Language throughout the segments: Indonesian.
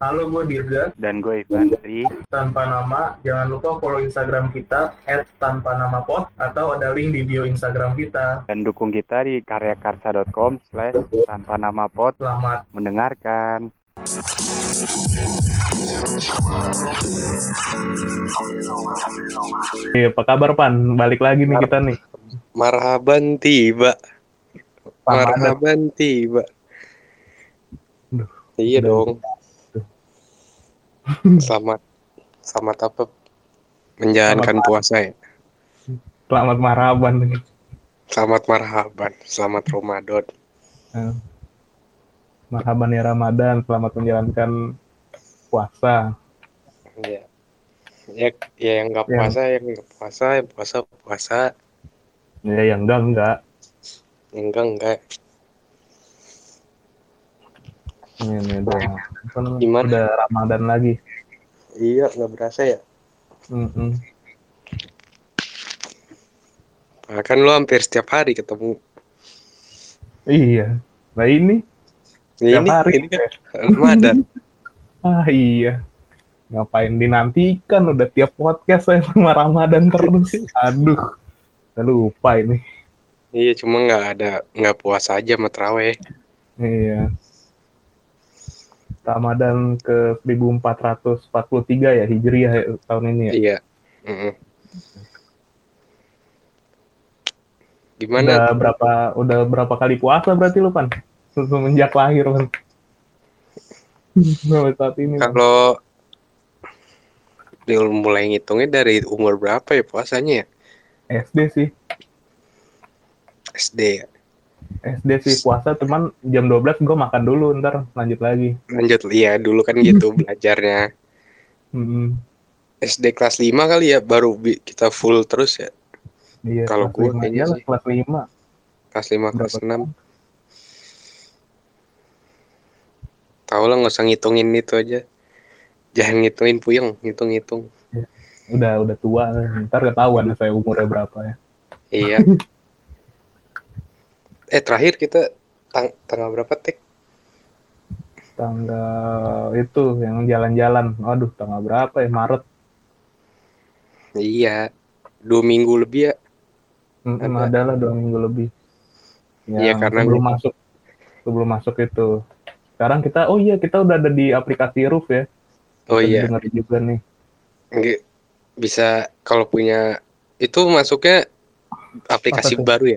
Halo, gue Dirga. Dan gue Ivandri. Tanpa nama, jangan lupa follow Instagram kita @tanpanamapod atau ada link di bio Instagram kita. Dan dukung kita di karyakarsa.com/tanpanamapod. Selamat mendengarkan. Apa kabar, Pan? Balik lagi nih kita nih. Marhaban tiba. Marhaban tiba. Iya dong. Selamat apa? Menjalankan puasa ya. Selamat marhaban. Selamat marhaban. Selamat Ramadan. Marhaban ya Ramadan. Selamat menjalankan puasa. Iya. Ya yang nggak puasa, yang nggak puasa, yang puasa. Ya yang enggak. Enggak. Ini dong. Gimana? Udah Ramadan lagi. Iya, nggak berasa ya. Bahkan lo hampir setiap hari ketemu. Iya. Nah ini setiap hari. Ini kan Ramadan. Iya. Ngapain dinantikan, udah tiap podcast saya sama Ramadan terus. Aduh, udah lupa ini. Iya, cuma nggak puasa aja sama tarawih. Iya. Ramadan ke 1443 ya Hijriah ya, tahun ini ya. Iya. Gimana? Udah berapa kali puasa berarti lu, Pan? Semenjak lahir, Pan. Sampai saat ini. Kalau mulai ngitungnya dari umur berapa ya puasanya ya? SD sih. SD ya? SD sih puasa, cuman jam 12 gue makan dulu, ntar lanjut lagi. Iya dulu kan gitu belajarnya. SD kelas 5 kali ya baru kita full terus ya. Iya, kalau gue kayaknya sih kelas 5. Kelas 5, kelas 6. Tahu lah, nggak usah ngitungin itu aja. Jangan ngitungin puyeng, ngitung-ngitung. Udah tua, ntar ketahuan saya umurnya berapa ya. Iya. Terakhir kita tanggal berapa, Tek? Tanggal itu yang jalan-jalan. Aduh, tanggal berapa ya? Maret. Iya. 2 minggu lebih ya. Adalah 2 minggu lebih. Iya, karena sebelum masuk itu. Sekarang kita udah ada di aplikasi Roof ya. Oh iya. Dengar juga nih. Bisa kalau punya itu masuknya aplikasi baru ya.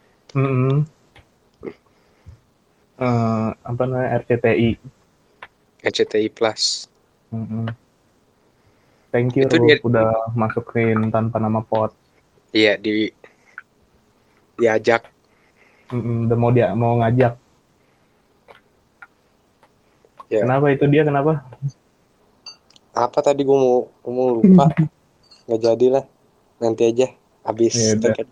Apa namanya, RCTI Plus. Thank you Roof, udah masukin tanpa nama pot. Iya, diajak. Udah mau ngajak. Ya. Kenapa itu dia? Kenapa? Apa tadi gue mau lupa. Nggak jadilah. Nanti aja habis take.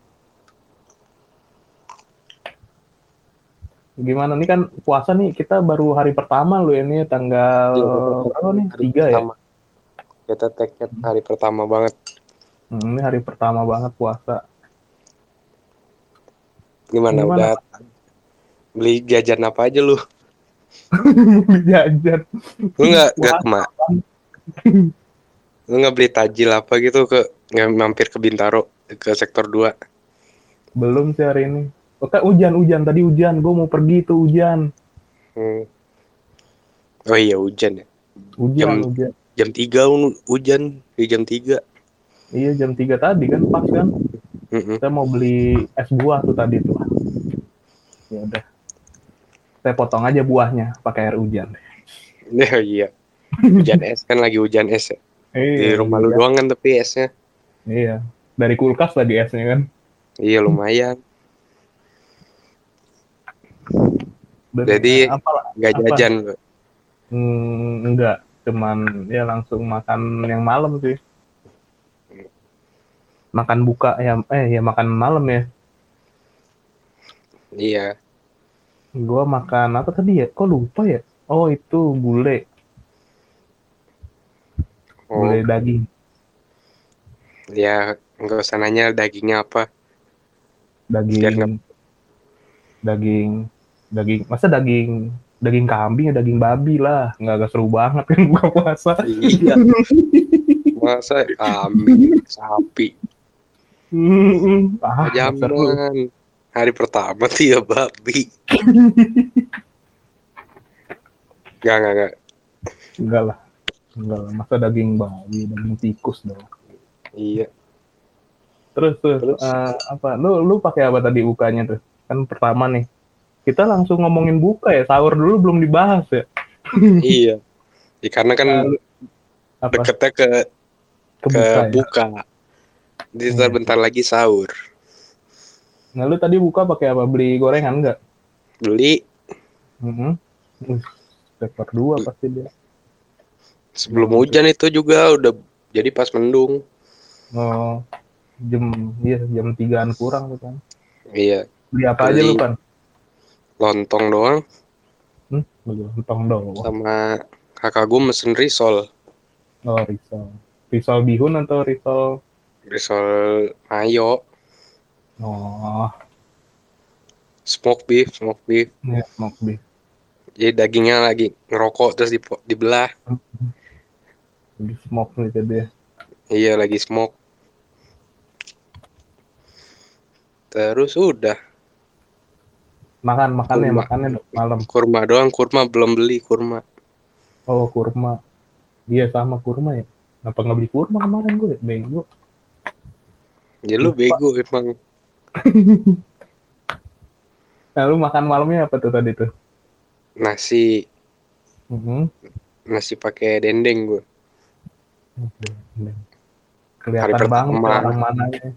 Gimana nih, kan puasa nih, kita baru hari pertama lu ini tanggal berapa nih? 3 ya? Kita take hari pertama banget. Ini hari pertama banget puasa. Gimana? Udah beli jajan apa aja lu? Beli jajan. Lu nggak Lu nggak beli tajil apa gitu, nggak mampir ke Bintaro, ke sektor 2? Belum sih hari ini. Oke, hujan tadi hujan. Gue mau pergi tuh hujan. Oh iya, hujan ya. Hujan. Jam 3 hujan, di jam 3. Iya, jam 3 tadi kan, pas kan. Saya mau beli es buah tuh tadi tuh. Ya udah. Saya potong aja buahnya pakai air hujan. Iya. Hujan es kan, lagi hujan es ya. Di rumah lu doang kan tapi esnya. Iya. Dari kulkas lagi esnya kan. Iya, lumayan. Jadi nggak jajan lu? Enggak, cuman ya langsung makan yang malam sih. Makan buka ya, makan malam ya. Iya. Gua makan apa tadi ya? Kok lupa ya? Oh, itu gulai. Gulai daging. Ya, nggak usah nanya dagingnya apa. Daging. Masa daging Daging kambing ya daging babi lah. Nggak seru banget kan buka puasa. Iya. Masa kambing, sapi. Nggak seru. Zaman hari pertama tuh ya babi. Enggak. Enggak lah. Masa daging babi, daging tikus dong. Iya. Terus apa? Lu pakai apa tadi bukanya tuh? Kan pertama nih. Kita langsung ngomongin buka ya, sahur dulu belum dibahas ya. Iya. Ya, karena kan Apa? deketnya ke Buka ya. buka. Jadi bentar lagi sahur. Nah, lu tadi buka pakai apa? Beli gorengan enggak? Beli Sektor 2 pasti dia. sebelum hujan itu juga udah jadi pas mendung. Oh, jam 3-an kurang tuh kan. Iya. Beli apa aja lu, Pan? Lontong doang. Beli lontong doang. Sama kakak gue mesen risol. Oh, risol. Risol bihun atau risol? Risol mayo. Oh, Smoke beef. ya, smoke beef. Jadi dagingnya lagi ngerokok terus dibelah. Lagi smoke gitu dia. Iya, lagi smoke. Terus udah. Makannya malam. Kurma doang, kurma belum beli kurma. Oh, kurma. Iya sama kurma ya. Kenapa nggak beli kurma kemarin gue? Bego. Ya lu bego emang. Nah, lu makan malamnya apa tuh tadi tuh? Nasi pakai dendeng gue. Kelihatan banget orang mananya.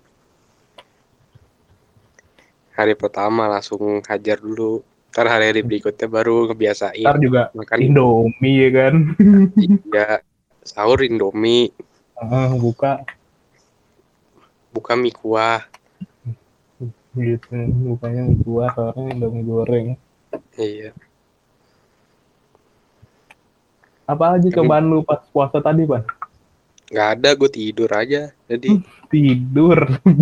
Hari pertama langsung hajar dulu. Ntar hari berikutnya baru ngebiasain. Ntar juga makan Indomie ya kan? Iya, sahur Indomie. Buka mie kuah. Gitu, bukanya mie kuah, sahurnya Indomie goreng. Iya. Apa aja cobaan lu pas puasa tadi, Pan? Nggak ada, gue tidur aja. Jadi tidur.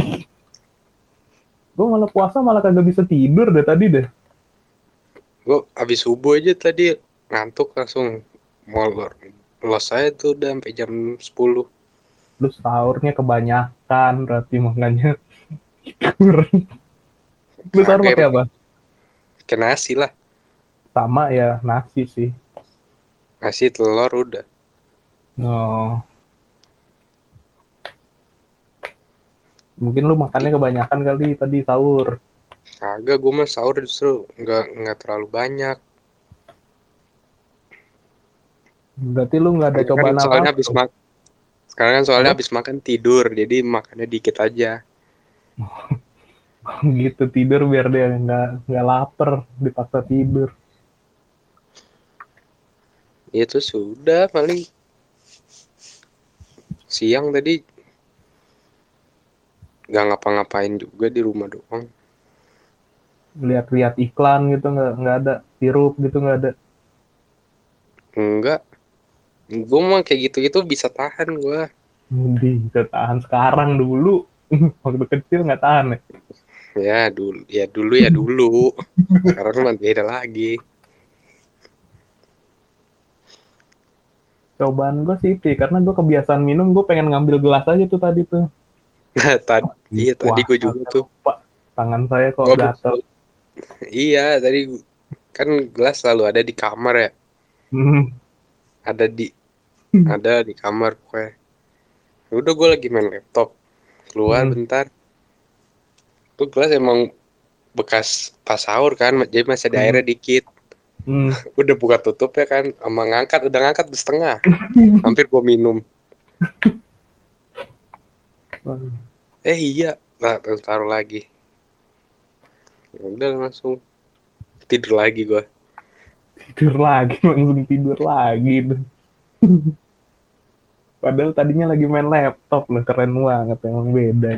Gue malah puasa malah kagak bisa tidur deh tadi deh. Gue abis subuh aja tadi ngantuk langsung molor. Los saya tuh udah sampai jam 10. Lu sahurnya kebanyakan berarti makanya tidur. Lu sahur pakai apa? Pakai nasi lah. Sama ya, nasi sih. Nasi telur udah. Oh. Mungkin lu makannya kebanyakan kali tadi sahur. Kagak, gue mah sahur justru nggak terlalu banyak. Berarti lu nggak ada cobaan soalnya apa? Sekarang kan soalnya habis makan tidur, jadi makannya dikit aja. Gitu, tidur biar dia nggak lapar, dipaksa tidur. Itu sudah paling siang tadi nggak ngapa-ngapain juga di rumah doang. Lihat iklan gitu nggak ada, sirup gitu nggak ada. Enggak, gue mah kayak gitu bisa tahan gue. Bisa tahan sekarang, dulu waktu kecil nggak tahan ya. Dulu. Sekarang mah beda lagi. Cobaan gue sih karena gue kebiasaan minum, gue pengen ngambil gelas aja tuh tadi tuh. Tadi gue juga tuh. Tangan saya kok gatel. Iya, tadi kan gelas selalu ada di kamar ya. Ada di kamar pokoknya. Udah gue lagi main laptop. Keluar bentar. Tuh gelas emang bekas pas sahur kan, jadi masih ada airnya dikit. Udah buka tutup ya kan, udah ngangkat setengah. Hampir gue minum. Iya, taruh lagi. Udah langsung tidur lagi gue. Langsung tidur lagi tuh. Padahal tadinya lagi main laptop loh, keren banget, emang beda.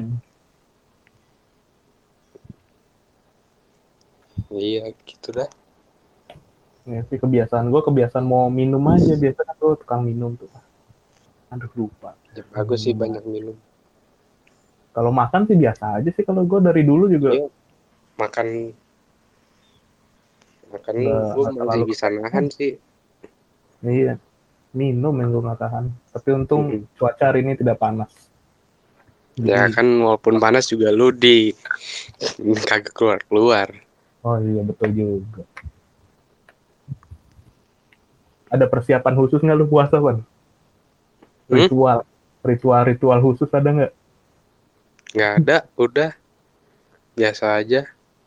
Iya, gitu dah. Ya sih kebiasaan mau minum aja, biasanya tuh tukang minum tuh. Aduh lupa. Ya, bagus sih banyak minum. Kalau makan sih biasa aja sih, kalau gue dari dulu juga. Iya, makan Makanya gue masih bisa nahan sih. Iya, minum yang gue nggak tahan. Tapi untung cuaca hari ini tidak panas. Ya Jadi, kan walaupun panas juga lu kagak keluar. oh iya betul juga. Ada persiapan khusus nggak lu puasa, Pan? Ritual khusus ada nggak? Nggak ada, udah biasa aja.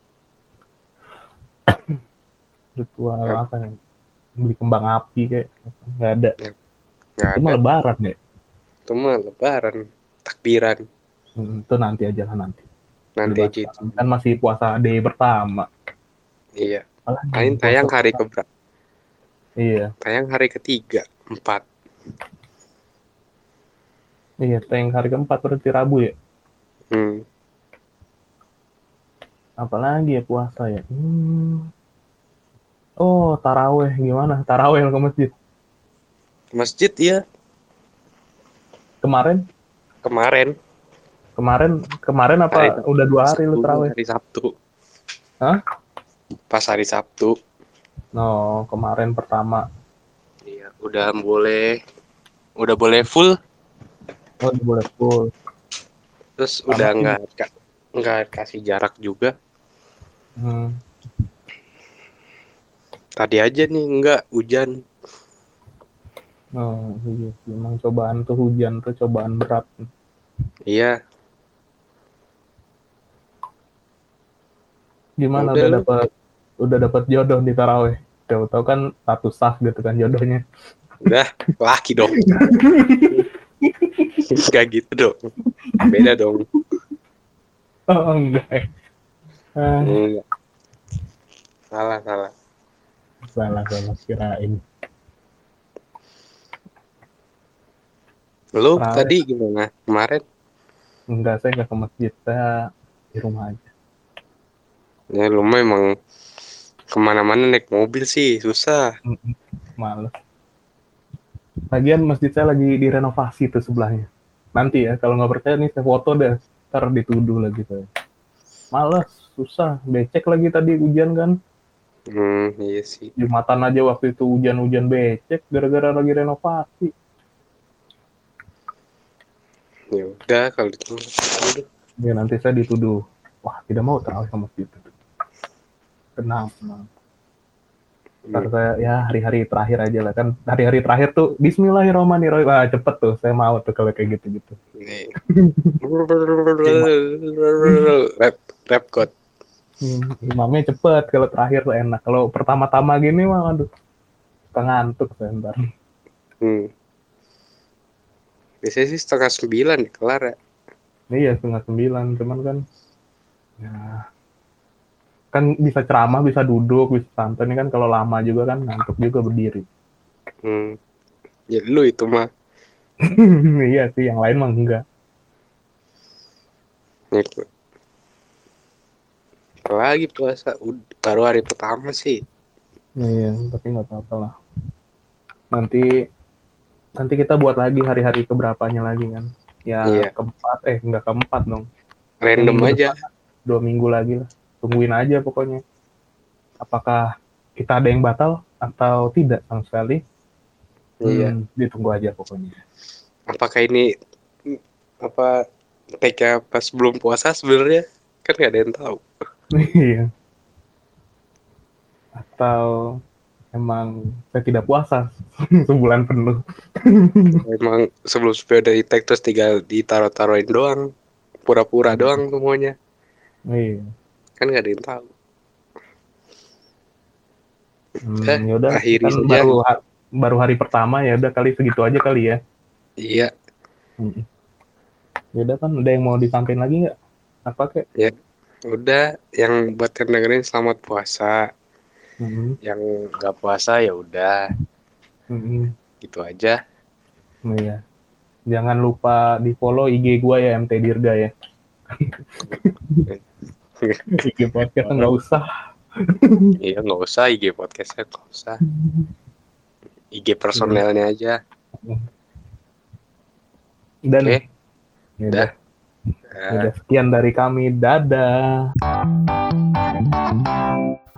Ritual apa ya? Beli kembang api kayak nggak ada. Nggak Itu mah ada. lebaran ya. Itu mah lebaran, takbiran. Itu nanti aja lah nanti. Nanti aja itu. Kan masih puasa day pertama. Iya. Apalagi Tayang hari keberapa? Iya. Tayang hari ketiga, 4. Iya, tayang hari keempat berarti Rabu ya. Apalagi ya puasa ya. Oh, taraweh gimana? Taraweh ke masjid. Masjid ya. Kemarin apa hari, udah 2 hari lu taraweh? Hari Sabtu. Hah? Pas hari Sabtu. No, kemarin pertama. Iya, udah boleh full. Oh, udah boleh full. Terus udah nggak kasih jarak juga. Tadi aja nih nggak hujan. Oh iya, memang cobaan tuh hujan tuh cobaan berat. Iya. Gimana udah dapat jodoh di taraweh? Tahu kan satu saf gitu kan jodohnya. Udah laki dong. Gak gitu dong. Beda dong. Oh enggak. Enggak. Salah Kirain. Lu tadi gimana kemarin? Enggak, saya nggak ke masjid, saya di rumah aja. Ya lu memang kemana-mana naik mobil sih susah. Males. Lagian masjid saya lagi direnovasi tuh sebelahnya. Nanti ya kalau nggak percaya nih saya foto deh, ntar dituduh lagi saya. Males, susah, becek lagi tadi hujan kan. Iya sih. Jumatan aja waktu itu hujan-hujan becek gara-gara lagi renovasi. Ya udah kalau itu. Ya nanti saya dituduh, wah tidak mau tarawih ke masjid. Kenapa? Ntar saya ya hari-hari terakhir aja lah kan. Hari-hari terakhir tuh Bismillahirrahmanirrahim. Wah cepet tuh, saya mau tuh kalau kayak gitu-gitu. Rap code. Imamnya cepet, kalau terakhir tuh enak. Kalau pertama-tama gini mah aduh, ngantuk saya ntar. Biasanya sih 8:30 kelar ya. Iya 8:30, cuman kan ya kan bisa ceramah, bisa duduk, bisa santai. Ini kan kalau lama juga kan ngantuk juga berdiri. Ya lu itu mah. Iya sih, yang lain mah enggak. Apalagi puasa baru hari pertama sih. Iya, tapi nggak apa-apa lah. Nanti kita buat lagi hari-hari keberapanya lagi kan. Ya iya. Enggak keempat dong. Random aja. 2 minggu lagi lah. Tungguin aja pokoknya. Apakah kita ada yang batal atau tidak sama sekali? Iya. Ditunggu aja pokoknya. Apakah ini take pas belum puasa sebenarnya? Kan nggak ada yang tahu. Iya. Atau emang saya tidak puasa sebulan penuh. Emang sebelum udah di-tag terus tinggal ditaruh-taruhin doang. Pura-pura doang semuanya. Iya. Kan nggak ada yang tahu. Yaudah, kan baru hari pertama ya udah kali segitu aja kali ya. Iya. Yaudah kan, ada yang mau disampaikan lagi nggak? Apa kek? Ya, udah. Yang buat yang dengerin selamat puasa. Yang nggak puasa ya udah. Gitu aja. Iya. Jangan lupa di follow IG gua ya, MT Dirga ya. IG podcast nggak usah. Iya nggak usah IG podcastnya, nggak usah. IG personelnya aja. Dan Oke. Udah sekian dari kami, dadah.